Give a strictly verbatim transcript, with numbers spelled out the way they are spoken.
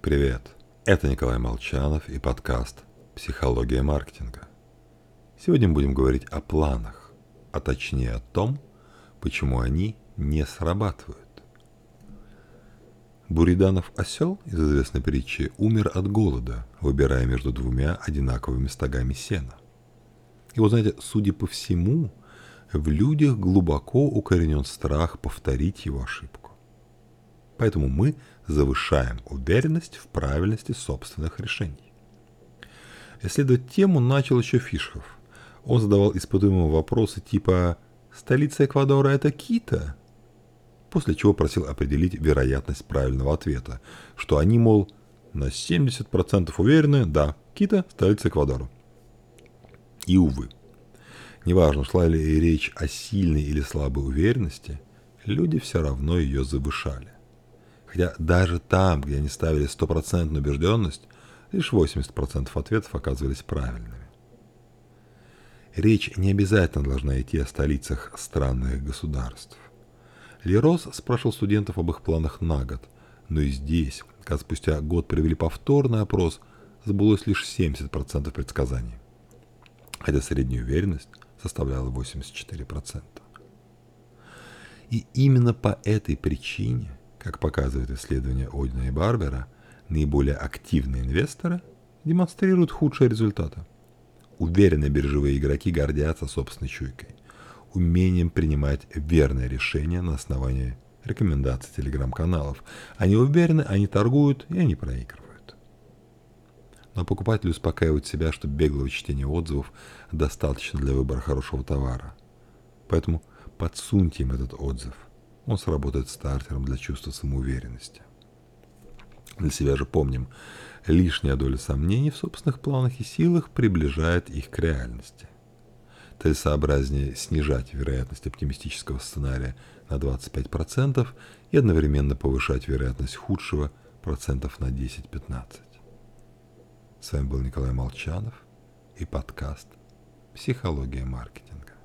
Привет, это Николай Молчанов и подкаст «Психология маркетинга». Сегодня мы будем говорить о планах, а точнее о том, почему они не срабатывают. Буриданов осел из известной притчи умер от голода, выбирая между двумя одинаковыми стогами сена. И вот знаете, судя по всему, в людях глубоко укоренен страх повторить его ошибку. Поэтому мы завышаем уверенность в правильности собственных решений. Исследовать тему начал еще Фишхов. Он задавал испытуемым вопросы типа «Столица Эквадора – это Кито?», после чего просил определить вероятность правильного ответа, что они, мол, на семьдесят процентов уверены, да, Кито – столица Эквадора. И, увы, неважно, шла ли речь о сильной или слабой уверенности, люди все равно ее завышали. Хотя даже там, где они ставили стопроцентную убежденность, лишь восемьдесят процентов ответов оказывались правильными. Речь не обязательно должна идти о столицах странных государств. Лерос спрашивал студентов об их планах на год, но и здесь, когда спустя год провели повторный опрос, сбылось лишь семьдесят процентов предсказаний, хотя средняя уверенность составляла восемьдесят четыре процента. И именно по этой причине, как показывает исследование Одина и Барбера, наиболее активные инвесторы демонстрируют худшие результаты. Уверенные биржевые игроки гордятся собственной чуйкой, умением принимать верные решения на основании рекомендаций телеграм-каналов. Они уверены, они торгуют и они проигрывают. Но покупатели успокаивают себя, что беглого чтения отзывов достаточно для выбора хорошего товара. Поэтому подсуньте им этот отзыв. Он сработает стартером для чувства самоуверенности. Для себя же помним, лишняя доля сомнений в собственных планах и силах приближает их к реальности. Целесообразнее снижать вероятность оптимистического сценария на двадцать пять процентов и одновременно повышать вероятность худшего процентов на десять-пятнадцать. С вами был Николай Молчанов и подкаст «Психология маркетинга».